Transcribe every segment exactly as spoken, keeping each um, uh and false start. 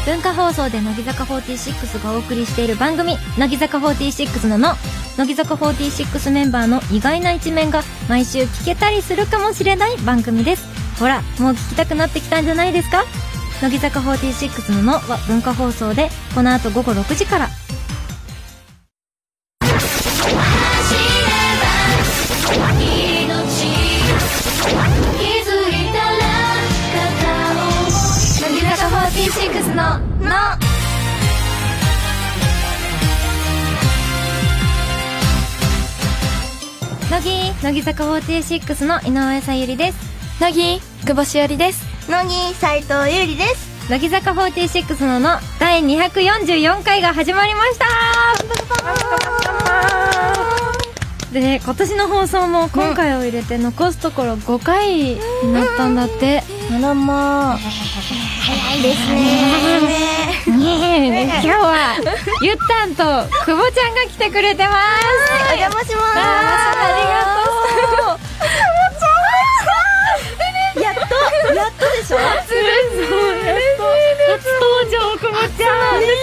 文化放送で乃木坂フォーティーシックスがお送りしている番組乃木坂フォーティーシックスのの乃木坂フォーティーシックスメンバーの意外な一面が毎週聞けたりするかもしれない番組です。ほらもう聞きたくなってきたんじゃないですか。乃木坂フォーティーシックスののは文化放送でこの後午後ろくじから。のの乃木乃木坂フォーティーシックスの井上さゆりです。 乃木久保しおりです。 乃木斉藤優里です。 乃木坂フォーティーシックスののだいにひゃくよんじゅうよんかいが始まりました。でね、今年の放送も今回を入れて残すところごかいになったんだって。 あらまあ早いですね。 ねえ、今日はゆったんと久保ちゃんが来てくれてます。 お邪魔します。 ありがとう。 久保ちゃんやっとやっとでしょ。 初です。初登場久保ちゃん。やっと出れてくれ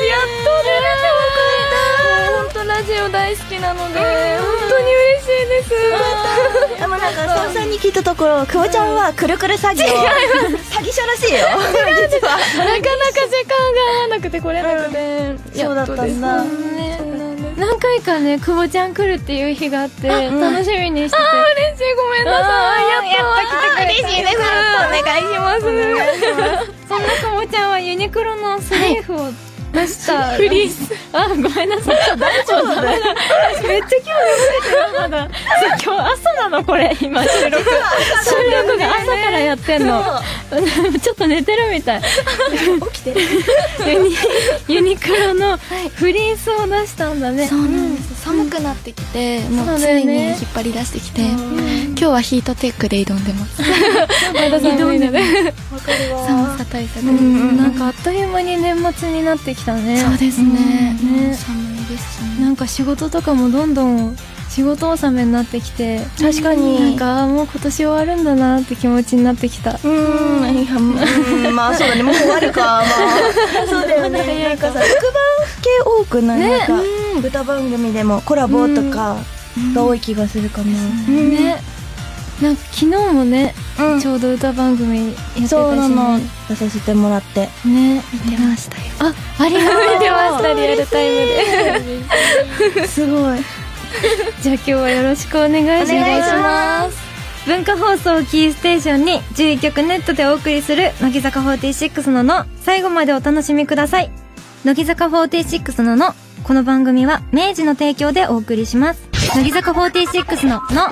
た。 本当ラジオ大好きなので本当に嬉しいです。 でもなんかスタッフさんに聞いたところ、久保ちゃんはくるくる詐欺を詐欺師らしいよ。実はなかなか時間が合わなくて来れなくて、 そうだったんだ。 何回かね久保ちゃん来るっていう日があって楽しみにしてて。 あ嬉しい、ごめんなさい。 やっと来てくれた。 嬉しいです。お願いします。 そんな久保ちゃんはユニクロのスリーフを出したフリース。 あ、ごめんなさい。大丈夫だ。めっちゃ今日眠れてる。まだ今日朝なのこれ。今収録収録が朝からやってんの。ちょっと寝てるみたい。 起きてる。 ユニユニクロのフリースを出したんだね。 そうなんです。寒くなってきて、もうついに引っ張り出してきて、今日はヒートテックで挑んでます。 まだ寒いので。 わかるわ。 寒さ対策。 なんかあっという間に年末になってきたね。 そうですね。 ね、 寒いですね。 なんか仕事とかもどんどん仕事納めになってきて、 確かになんかもう今年終わるんだなって気持ちになってきた。 うーん、いや、うん、まあそうだね、もう終わるか。まあそうだよね。なんかさ、特番系多くない？なんか歌番組でもコラボとかが多い気がするかな。 ね、なんか昨日もね、 うん、 ちょうど歌番組やってたしね。 そうなの、出させてもらってね、 見てましたよ。 あ、ありがとう。 見てました、リアルタイムで。 すごい。 じゃあ今日はよろしくお願いします。 お願いします。 文化放送キーステーションにじゅういっきょくネットでお送りする乃木坂フォーティーシックスのの最後までお楽しみください。乃木坂フォーティーシックスののこの番組は明治の提供でお送りします。乃木坂フォーティーシックスのの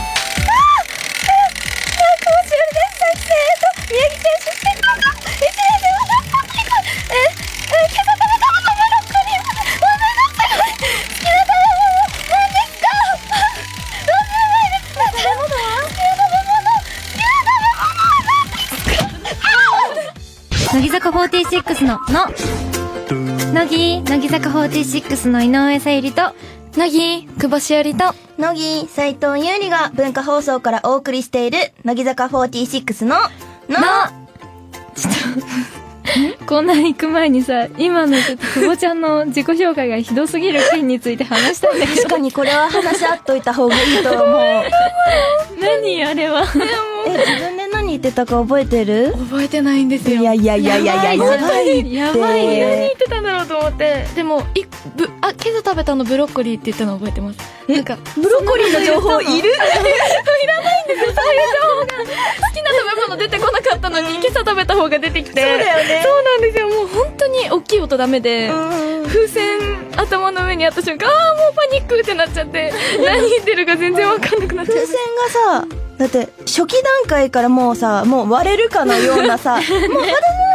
乃木坂フォーティーシックスのの乃木乃木坂フォーティーシックスの井上さゆりと乃木久保しおりと乃木斉藤優里が文化放送からお送りしている乃木坂フォーティーシックスののちょっとこんな行く前にさ、今のちょっと久保ちゃんの自己紹介がひどすぎる件について話したんだけど。 確かにこれは話し合っといた方がいいと思う。 何あれは。 え、自分で何言ってたか覚えてる？ 覚えてないんですよ。 いやいやいやいやいや、やばいって。 やばい。 何言ってたんだろうと思って。でもいぶあ今朝食べたのブロッコリーって言ったの覚えてます。なんかブロッコリーの情報いる？ いらないんですよ。そういう情報が好きな食べ物出てこなかったのに今朝食べた方が出てきて。 そうだよね。 そうなんですよ。もう本当に大きい音ダメで、風船頭の上にあった瞬間、ああもうパニックってなっちゃって何言ってるか全然わかんなくなっちゃって。 風船がさ、だって初期段階からもうさ、もう割れるかのようなさ、もうまだね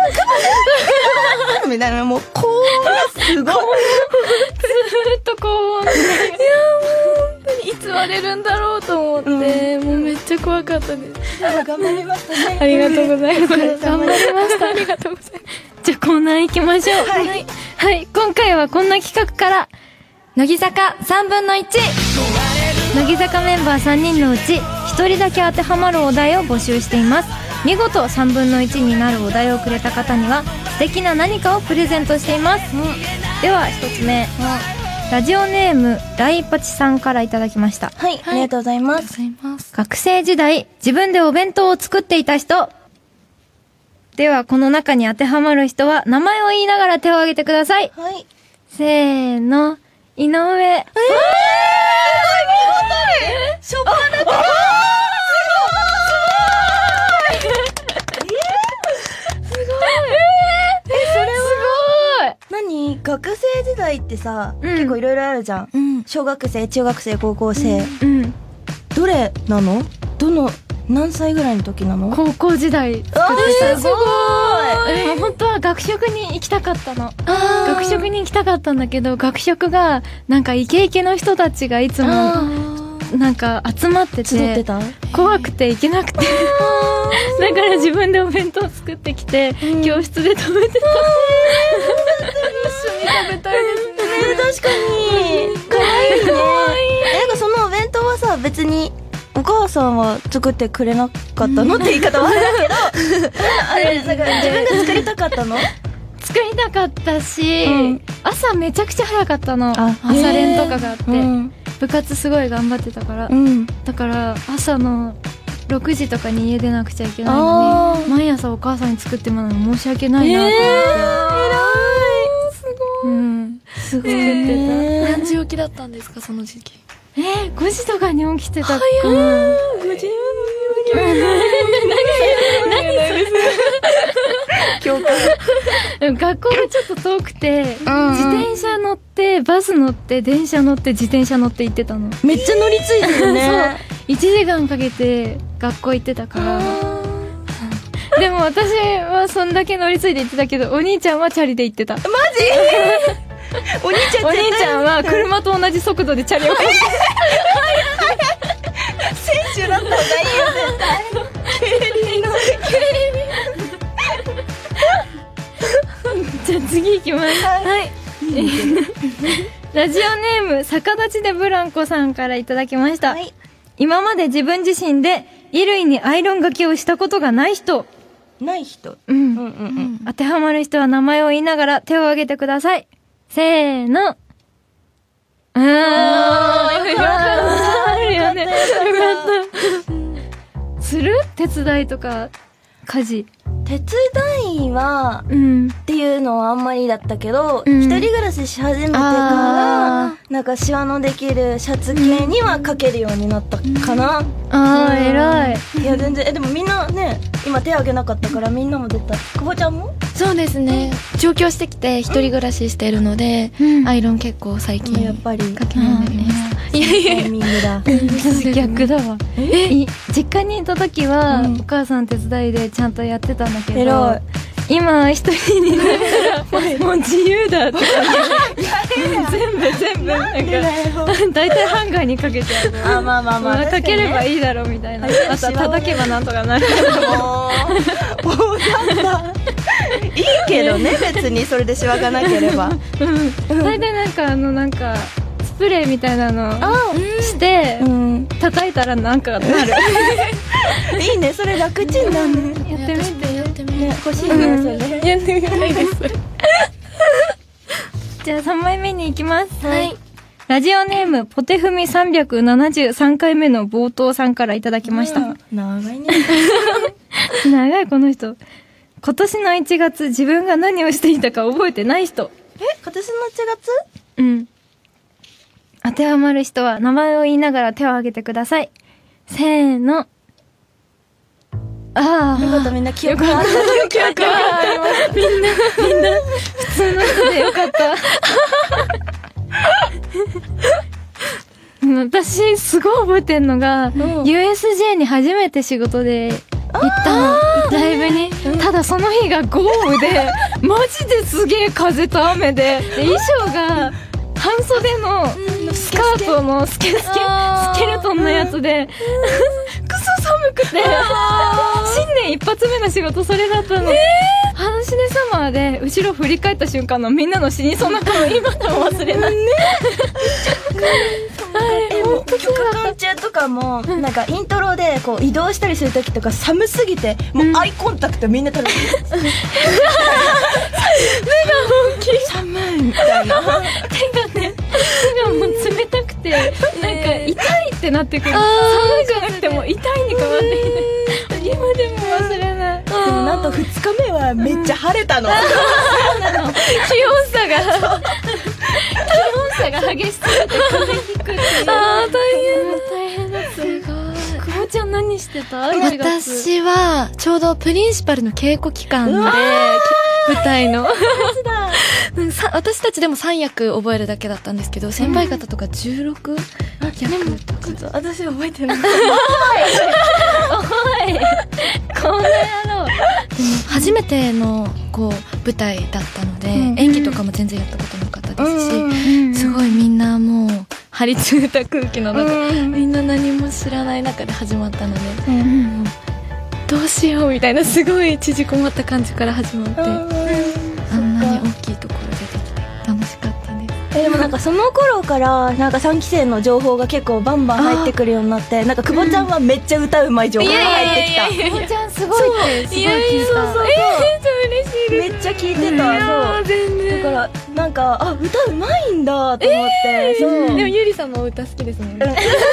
ーみたいな、もう高音がすごい。ずーっと高音。 いやもう本当にいつ割れるんだろうと思って、うん、もうめっちゃ怖かったです。 頑張りましたね。 ありがとうございます。 頑張りました。 ありがとうございます。 じゃあコーナー行きましょう。 はい。 はい、今回はこんな企画から、 乃木坂さんぶんのいち。 乃木坂メンバーさんにんのうちひとりだけ当てはまるお題を募集しています。 見事さんぶんのいちになるお題をくれた方には素敵な何かをプレゼントしています、うん、ではひとつめ、うん、ラジオネームライパチさんからいただきました。 はい、はい、ありがとうございます。 学生時代自分でお弁当を作っていた人。ではこの中に当てはまる人は名前を言いながら手を挙げてください。 はい、 せーの、井上。えー、すごい、見事にしょっぱなから何学生時代ってさ、うん、結構いろいろあるじゃん、うん、小学生、中学生、高校生、うんうん、どれなの？どの何歳ぐらいの時なの？ 高校時代作ってた。 えー、すごい。 でも本当は学食に行きたかったの。学食に行きたかったんだけど、学食がなんかイケイケの人たちがいつもなんか集まってて、 集ってた？ 怖くて行けなくてだから自分でお弁当作ってきて、うん、教室で食べてた。 一緒に食べたいですね。 確かにかわいいね。なんかそのお弁当はさ、別にお母さんは作ってくれなかったのって言い方はあれだけどあれだから自分が作りたかったの？ 作りたかったし、うん、朝めちゃくちゃ早かったの。朝練とかがあって、うん、部活すごい頑張ってたから、うん、だから朝のろくじとかに家出なくちゃいけないのに、毎朝お母さんに作ってもらうの申し訳ないなと思って、えー、 偉い、すごい、うん、 すごい作ってた。何時起きだったんですか、その時期？ えー、ごじとかに起きてたかな。 早い、ごじに起きてた。何それ共感。 学校がちょっと遠くて、うんうん、自転車乗ってバス乗って電車乗って自転車乗って行ってたの。 めっちゃ乗り継いでるね。 そう、いちじかんかけて学校行ってたからでも私はそんだけ乗り継いで行ってたけど、お兄ちゃんはチャリで行ってた。マジお兄ちゃんお兄ちゃんは車と同じ速度でチャリをこいで選手だった方がいいよ絶対。競輪のじゃあ次行きます。はい、はい、ラジオネーム逆立ちでブランコさんからいただきました、はい、今まで自分自身で衣類にアイロンがけをしたことがない人。 ない人、 うん、うんうんうん、当てはまる人は名前を言いながら手を挙げてください。せーの。あー、よかった。あるよね。よかった。する？手伝いとか、家事。 手伝いは、うん、っていうのはあんまりだったけど、うん、一人暮らしし始めてから、なんかシワのできるシャツ系にはかけるようになったかな。うん、 あー、偉い。 いや、全然、え、でもみんなね、今手挙げなかったからみんなも出た。久保ちゃんも？ そうですね。上京してきて一人暮らししてるので、うん、アイロン結構最近やっぱりかけるようになりました。いやいや、タイミングだ。 逆だわ。え？実家にいた時は、うん、お母さん手伝いでちゃんとやってたんだけど、偉い。今一人になったらもう自由だって全部全部なんか大体ハンガーにかけてある。 あ、まあまあまあ、 かければいいだろうみたいな。あとは叩けばなんとかなる。 もうなんだいいけどね、別にそれでシワがなければ。 大体なんかあのなんかスプレーみたいなのして、うん、叩いたらなんかなる。 いいね、それ楽ちんだね。 やってみて。 ね、欲しいね、それ。 やってみたいです。 じゃあさんまいめに行きます。 はい。 ラジオネームポテフミさんびゃくななじゅうさんかいめの冒頭さんからいただきました。うん、 長いね。 長いこの人。今年のいちがつ自分が何をしていたか覚えてない人。 え、今年のいちがつ？ うん。当てはまる人は名前を言いながら手を挙げてください。せーの。ああ、 よかった、みんな記憶があった。 記憶があった。みんな、みんな、普通の人でよかった。私、すごい覚えてんのが、うん、ユーエスジェー に初めて仕事で行ったの。ライブに。ただその日が豪雨で、マジですげえ風と雨で、で衣装が、半袖のスカートのスケスケ、スケルトンのやつで、クソ寒くて、新年一発目の仕事それだったの。話でサマーで後ろ振り返った瞬間のみんなの死にそうな顔今でも忘れない。あえ、もう曲間中とかも、なんかイントロでこう移動したりするときとか寒すぎて、もうアイコンタクトみんな取る。目が大きい。 寒いみたいな。 手がね、手がもう冷たくて、なんか痛いってなってくる。寒くなくても痛いに変わってきて、今でも忘れない。 でもなんとふつかめはめっちゃ晴れたの。 気温差が。 気温差が激しすぎて風邪ひくっていう。 あー、大大変だった。すごい。久保ちゃん何してた？ 私はちょうどプリンシパルの稽古期間で舞台のうんさ私たちでもさん役覚えるだけだったんですけど、先輩方とかじゅうろく役とか。 ちょっと私覚えてない。 おいこの野郎。 でも初めてのこう舞台だったので、 うん演技とかも全然やったことなかったですし、 うんすごいみんなもう張り詰めた空気の中、 うんみんな何も知らない中で始まったので、 うんもうどうしようみたいなすごい縮こまった感じから始まって、あんなに大きいところ出てきて楽しかったです。 えでもなんかその頃からなんかさんき生の情報が結構バンバン入ってくるようになって、なんか久保ちゃんはめっちゃ歌うまい情報が入ってきた。 久保ちゃんすごいってすごい聞いた。 そうそうそう、 えー、嬉しいです。 めっちゃ聞いてた。 いやそう全然だからなんかあ歌うまいんだと思って、そうでもゆりさんのお歌好きですもんね。 好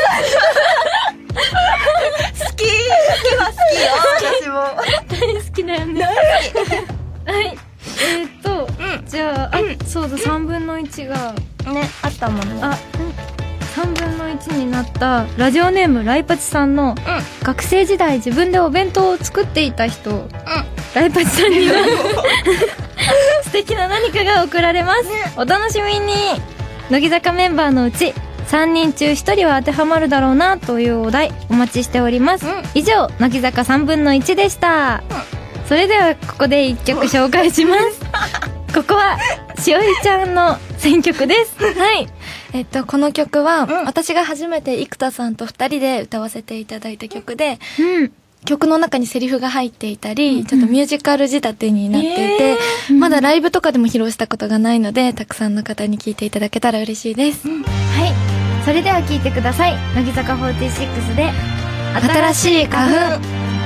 き好きは好きよ私も大好きだよね。はい。えーっと、じゃあ、あ、そうだ、さんぶんのいちが、 ねあったもんね。 あ、さんぶんのいちになったラジオネームライパチさんの、学生時代自分でお弁当を作っていた人、ライパチさんには素敵な何かが贈られます、お楽しみに。乃木坂メンバーのうちさんにん中ひとりは当てはまるだろうなというお題お待ちしております、以上乃木坂さんぶんのいちでした、それではここでいっきょく紹介しますここはしおりちゃんの選曲ですはい。えっと、この曲は、 ん私が初めて生田さんと二人で歌わせていただいた曲で、 うん曲の中にセリフが入っていたり、ちょっとミュージカル仕立てになっていて、まだライブとかでも披露したことがないので、たくさんの方に聴いていただけたら嬉しいです。 はいそれでは聴いてください。乃木坂フォーティーシックスで新しい花粉。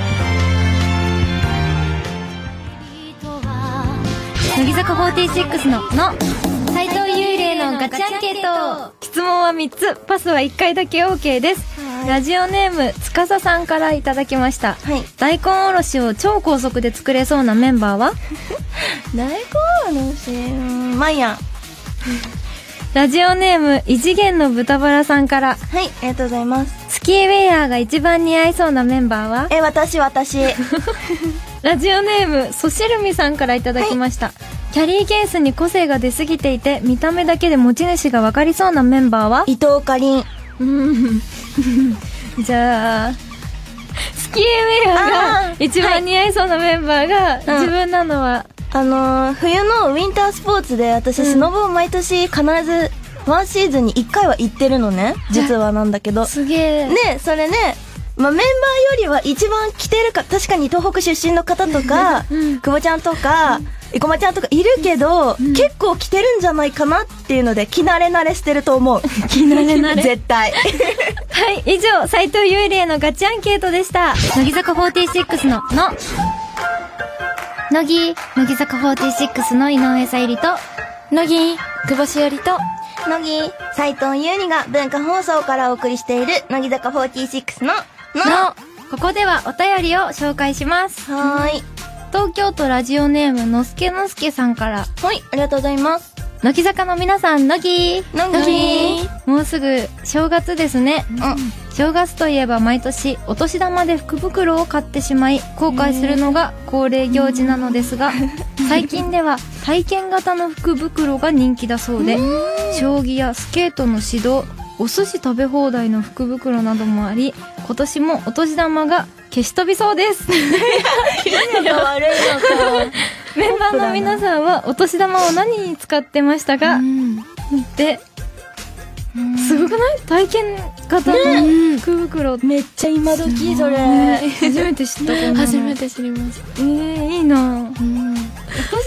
乃木坂フォーティーシックスのの斉藤優玲のガチアンケート。質問はみっつ、パスはいっかいだけ OK です。ラジオネームつかささんからいただきました、 はい。 大根おろしを超高速で作れそうなメンバーは？ 大根おろしマイヤン。 ラジオネーム異次元の豚バラさんから、 はい、ありがとうございます。 スキーウェアが一番似合いそうなメンバーは？ え私私ラジオネームそしるみさんからいただきました、はい、キャリーケースに個性が出すぎていて見た目だけで持ち主が分かりそうなメンバーは？ 伊藤かりん。 うんじゃあスキーウェアが一番似合いそうなメンバーが自分なのは、 あのー、冬のウィンタースポーツで私、うん、スノボを毎年必ずワンシーズンにいっかいは行ってるのね、実はなんだけど。 すげえ。 ね、それね、まあ、メンバーよりは一番着てるか、確かに東北出身の方とか、うん、久保ちゃんとか、生駒ちゃんとかいるけど、うん、結構着てるんじゃないかなっていうので、着慣れ慣れしてると思う。 着慣れ慣れ絶対。 はい、以上、斉藤優玲のガチアンケートでした。乃木坂フォーティーシックスのの。乃木、乃木坂フォーティーシックスの井上さゆりと、 乃木、久保しおりと、 乃木、斉藤優里が文化放送からお送りしている乃木坂フォーティーシックスのの。 の。ここではお便りを紹介します。 はーい。 東京都ラジオネームのすけのすけさんから。 はい、ありがとうございます。 乃木坂の皆さん、乃木乃木もうすぐ正月ですね。 うん。 正月といえば毎年お年玉で福袋を買ってしまい後悔するのが恒例行事なのですが、最近では体験型の福袋が人気だそうで、将棋やスケートの指導、お寿司食べ放題の福袋などもあり、今年もお年玉が消し飛びそうです。 いいのか悪いのか。 メンバーの皆さんはお年玉を何に使ってましたか？で、すごくない？体験型の福袋、ね、 めっちゃ今時それ。 初めて知った。 初めて知りました。 えー、いいな。うん、お年玉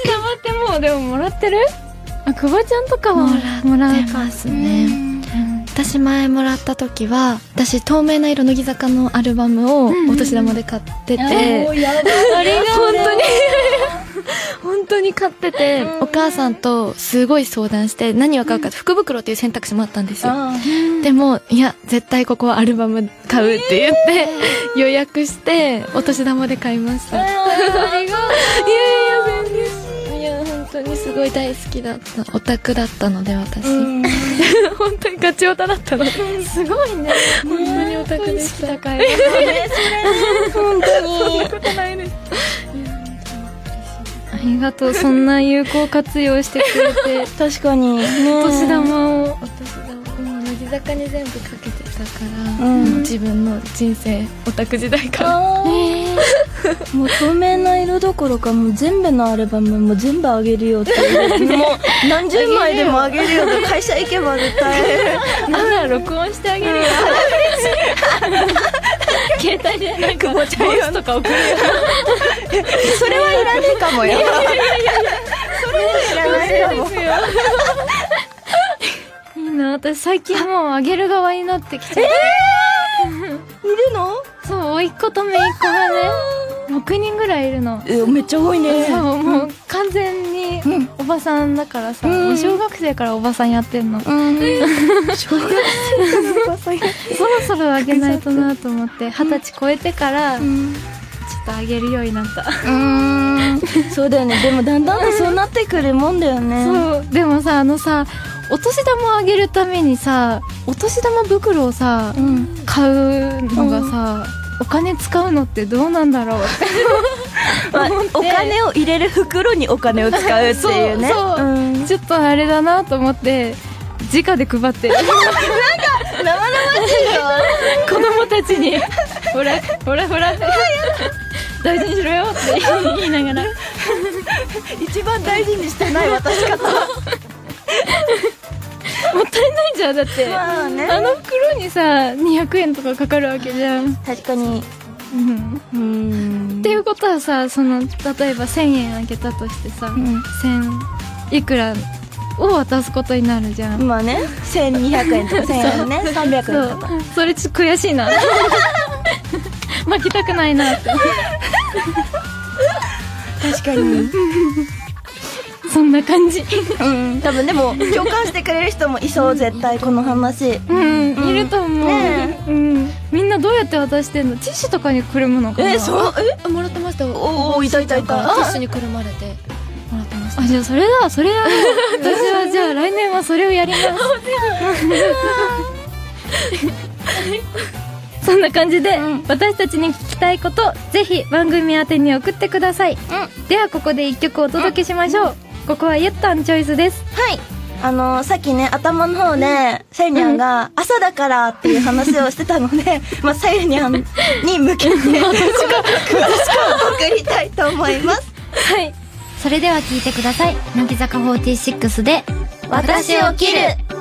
ってもうでももらってる？あ、久保ちゃんとかはもらってますね。 私前もらった時は、私透明な色乃木坂のアルバムをお年玉で買ってて、 あれが本当に本当に買ってて、お母さんとすごい相談して、何を買うか福袋っていう選択肢もあったんですよ。でも、いや絶対ここはアルバム買うって言って予約してお年玉で買いました。いやいや全然、いや本当にすごい大好きだった、オタクだったので私、本当にガチオタだったので、すごいね、本当にオタクでした。高いね、それね、 本当にそんなことないです。 ありがとう、そんな有効活用してくれて。 確かにね、 お年玉を。 お年玉もう乃木坂に全部かけてたから、 うん、 もう自分の人生オタク時代から、 もう透明な色どころか、もう全部のアルバムも全部あげるよっていうもう何十枚でもあげるよって会社行けば絶対なんなら録音してあげるよ。携帯でなんかボイスとか送るよ。 それはいらねえかもよ。いやいやいやいや、それはいらないかも。 いいな、私最近もうあげる側になってきちゃう。 えー、いるの？ そう、甥っ子と姪っ子がね、ろくにんぐらいいるの。 え、めっちゃ多いね。 そう、もう完全におばさんだからさ、 うん、 小学生からおばさんやってんの。うん、 小学生からおばさんやってんの。 そろそろあげないとなと思って、二十歳超えてから、うん、ちょっとあげるようになった。うーん、そうだよね。でもだんだんとそうなってくるもんだよね。 そう、でもさ、あのさ、お年玉をあげるためにさ、お年玉袋をさ、うん、買うのがさ、うん、お金使うのってどうなんだろうってまあ、お金を入れる袋にお金を使うっていうね。 そうそう、うん、ちょっとあれだなと思って直で配ってる。なんか生々しいよ。 子供たちにほらほらほら大事にしろよって言いながら一番大事にしてない渡し方。 もったいないじゃん、だって、まあね、あの袋にさにひゃくえんとかかかるわけじゃん。 確かに。 うん、うーんっていうことはさ、その例えばせんえんあげたとしてさ、うん、せんいくらを渡すことになるじゃん。 まあね、せんにひゃくえんとかせんえんね、さんびゃくえんとか。 そ, それちょっと悔しいな。負けたくないなって。 確かに。 そんな感じ。 うん、多分でも共感してくれる人もいそう、絶対この話。 うん、うん、いると思う、ね、うん。みんなどうやって渡してんの？ティッシュとかにくるむのかな？ え、そう、 え、もらってました。 おお、いたいたいた。 ティッシュにくるまれてもらってました。 あ、じゃあそれだ、それやる。私はじゃあ来年はそれをやります。そんな感じで、うん、私たちに聞きたいことぜひ番組宛てに送ってください、うん、ではここでいっきょくお届けしましょう、うん、ここはゆったんチョイスです。 はい、あのー、さっきね頭の方でセイニャンが朝だからっていう話をしてたので、まあ、セイニャンに向けて詳しく送りたいと思います。 はい、それでは聞いてください。乃木坂フォーティーシックスで私を切る。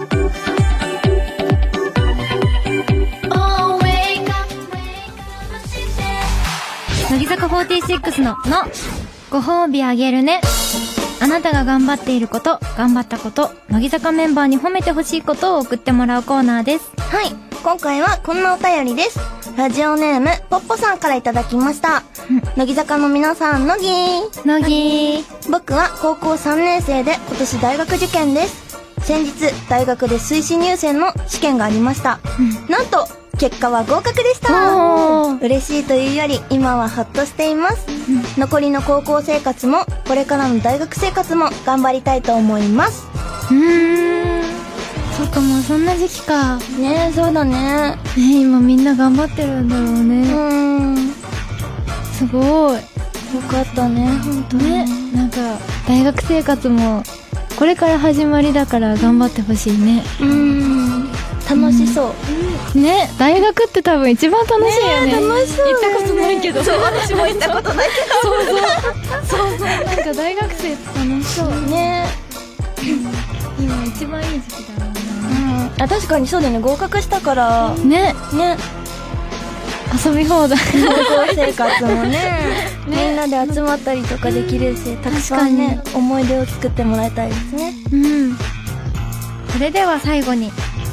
乃木坂フォーティーシックスののご褒美あげるね。あなたが頑張っていること、頑張ったこと、乃木坂メンバーに褒めてほしいことを送ってもらうコーナーです。 はい、今回はこんなお便りです。ラジオネームポッポさんからいただきました、うん、乃木坂の皆さん、乃木乃木僕は高校さんねん生で今年大学受験です。先日大学で推進入選の試験がありました、うん、なんと結果は合格でした。嬉しいというより今はハッとしています、うん、残りの高校生活もこれからの大学生活も頑張りたいと思います。 うーん、そっか、もうそんな時期かね。え、そうだね。 ね、今みんな頑張ってるんだろうね。うーん、すごいよかったね、本当ね。なんか大学生活もこれから始まりだから頑張ってほしいね。 うーん、楽しそう、 うん、ね。大学って多分一番楽しいよね。 楽しそう、ね、 行ったことないけど。 そう、私も行ったことないけど。 そうそうそうそう、なんか大学生って楽しそうね。今一番いい時期だろうな、うん、 あ、確かにそうだよね。合格したからね。 ね、 遊び放題。 高校生活もねね、みんなで集まったりとかできるし、たくさんね思い出を作ってもらいたいですね。 うん。それでは最後に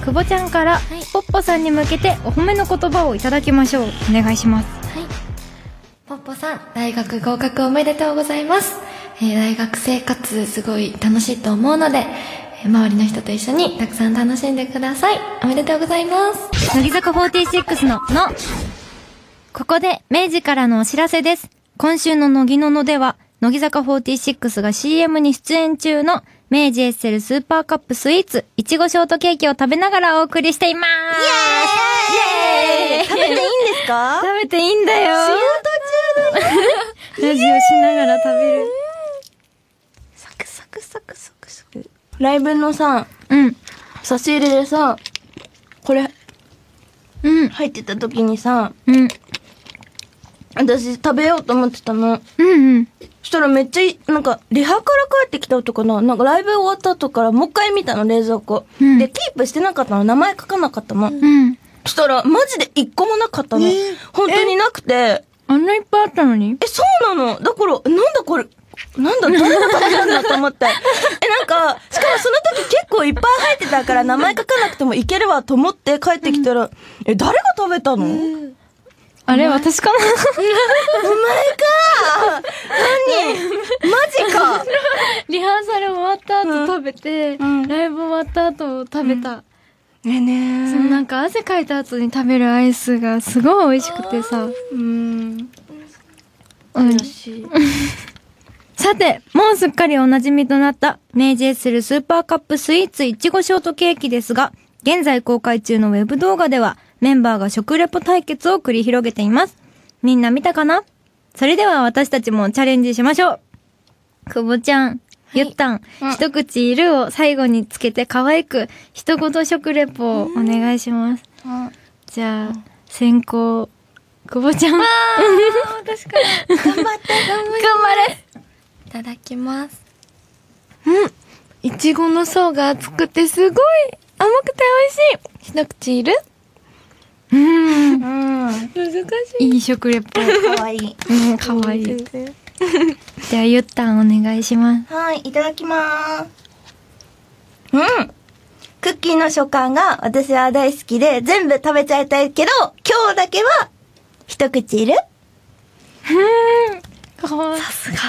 久保ちゃんから、はい、ポッポさんに向けてお褒めの言葉をいただきましょう。お願いします。 はい。ポッポさん、大学合格おめでとうございます。えー、大学生活すごい楽しいと思うので、えー、周りの人と一緒にたくさん楽しんでください。おめでとうございます。 乃木坂フォーティーシックスのの。ここで明治からのお知らせです。今週の乃木ののでは、乃木坂フォーティーシックスが シーエム に出演中の明治エッセルスーパーカップスイーツいちごショートケーキを食べながらお送りしていまーす。イエーイ、イエーイ。食べていいんですか？ 食べていいんだよ。 仕事中だね。 ラジオしながら食べる。 サクサクサクサクサク。ライブのさ、 うん。 差し入れでさ、これ、 うん。 入ってた時にさ、 うん。 私食べようと思ってたの。 うんうん。 そしたらめっちゃい、なんか、リハから帰ってきた音かな、なんかライブ終わった後からもう一回見たの、冷蔵庫。うん、で、キープしてなかったの、名前書かなかったの。うん。そしたら、マジで一個もなかったの。えー、本当になくて。 あんないっぱいあったのに？ え、そうなの。だから、なんだこれ、なんだ、誰が食べたんだと思って。え、なんか、しかもその時結構いっぱい入ってたから名前書かなくてもいけるわと思って帰ってきたら、うん、え、誰が食べたの？うんあれ私かなお前か何マジかリハーサル終わった後食べて、うん、ライブ終わった後食べた。 うん、ねねそうなんか汗かいた後に食べるアイスがすごい美味しくてさ。 うん。 嬉しい。さて、もうすっかりお馴染みとなった明治エッセルスーパーカップスイーツいちごショートケーキですが、現在公開中のウェブ動画ではメンバーが食レポ対決を繰り広げています。みんな見たかな？それでは私たちもチャレンジしましょう。久保ちゃん、はい、ゆったん、うん、一口いるを最後につけて可愛く一言食レポをお願いします。うんうん、じゃあ、うん、先行、久保ちゃん。あー、私から。頑張って、頑張って。 頑張れ。 いただきます。 うん。いちごの層が厚くてすごい甘くて美味しい。一口いる？うん。うん。難しい。いい食レポ。 かわいい。 うん、かわいい。じゃあ、ゆったんお願いします。 はい、いただきまーす。うん。クッキーの食感が私は大好きで全部食べちゃいたいけど、今日だけは一口いる？ うん。かわいい。 さすが。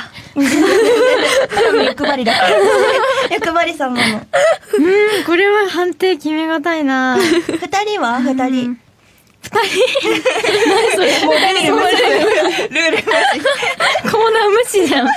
欲張りだ。欲張りさんなの。うん、 これは判定決めがたいな。 二人は二人。 二人何それもうルール無視。ルール無視。コーナー無視じゃん。え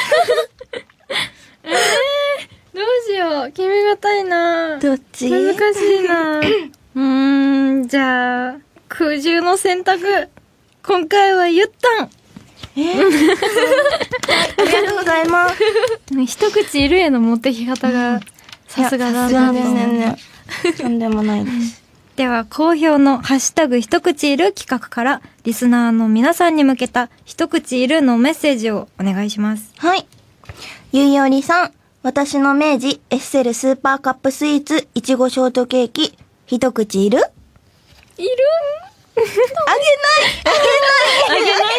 ー、どうしよう。決めがたいな。 どっち？ 難しいな。うーん、じゃあ、苦渋の選択。今回はゆったん。 えー、ありがとうございます。 一口いるへの持ってき方がさすがだな。 ですね。とんでもないです。 では、好評のハッシュタグ一口いる企画から、リスナーの皆さんに向けた一口いるのメッセージをお願いします。 はい。ゆいおりさん、私の明治エッセルスーパーカップスイーツいちごショートケーキ、一口いる？ いる？ あげないあげないあげない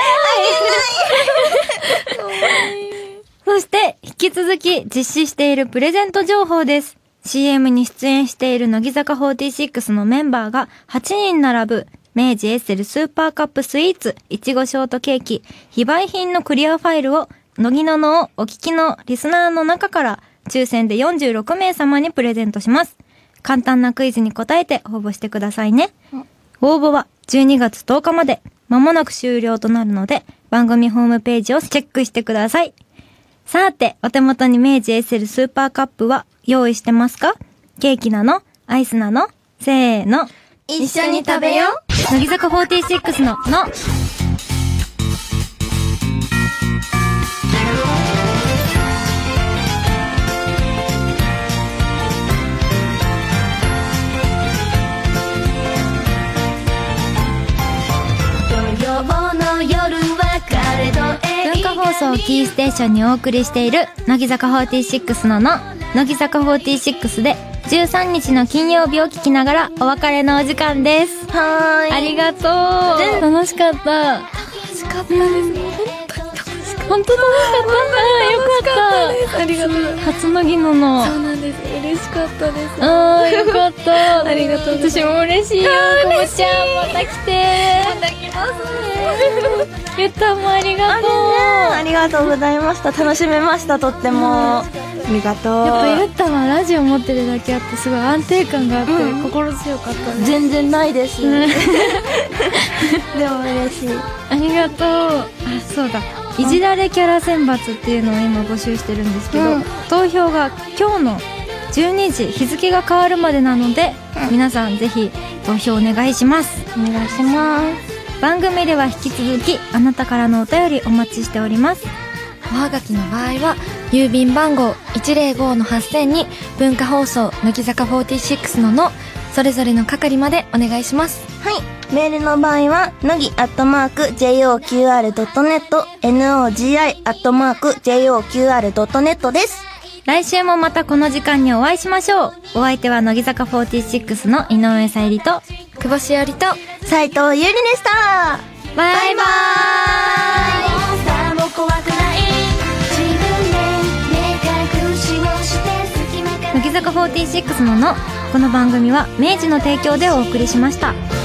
あげないそして、引き続き実施しているプレゼント情報です。シーエム に出演している乃木坂フォーティーシックスのメンバーがはちにん並ぶ明治エッセルスーパーカップスイーツいちごショートケーキ非売品のクリアファイルを乃木ののをお聞きのリスナーの中から抽選でよんじゅうろくめい様にプレゼントします。簡単なクイズに答えて応募してくださいね。応募はじゅうにがつとおかまで間もなく終了となるので番組ホームページをチェックしてください。さて、お手元に明治エッセルスーパーカップは用意してますか？ケーキなの？アイスなの？せーの。 一緒に食べよう。 乃木坂フォーティーシックスのの。文化放送キーステーションにお送りしている乃木坂フォーティーシックスのの乃木坂フォーティーシックスでじゅうさんにちの金曜日を聞きながらお別れのお時間です。 はーい。 ありがとう。楽しかった。 楽しかったです。本当に楽しかった。 本当楽しかった。あー、よかった。 ありがとう。 初乃木のの。 そうなんです。嬉しかったです。 あー、よかった。 ありがとうございます。 私も嬉しいよ。くもちゃん、また来て。 また来ます。 ゆったもありがとう。 ありがとうございました。楽しめました、とっても。ありがとう。 やっぱゆったはラジオ持ってるだけあってすごい安定感があって、うん、心強かったね。 全然ないです。でも嬉しい。 ありがとう。あ、そうだ。いじられキャラ選抜っていうのを今募集してるんですけど、うん、投票が今日のじゅうにじ、日付が変わるまでなので、うん、皆さんぜひ投票お願いします。 お願いします。 番組では引き続きあなたからのお便りお待ちしております。 おはがきの場合は郵便番号 いちゼロごのはっせんに文化放送乃木坂フォーティーシックスののそれぞれの係までお願いします。 はい、メールの場合は乃木アットマーク ジェイオーキューアールドットネット ノギ アットマーク ジェイオーキューアールドットネット です。 来週もまたこの時間にお会いしましょう。お相手は乃木坂フォーティーシックスの井上さゆりと久保しおりと斉藤ゆりでした。 バイバーイ。乃木坂フォーティーシックスののこの番組は明治の提供でお送りしました。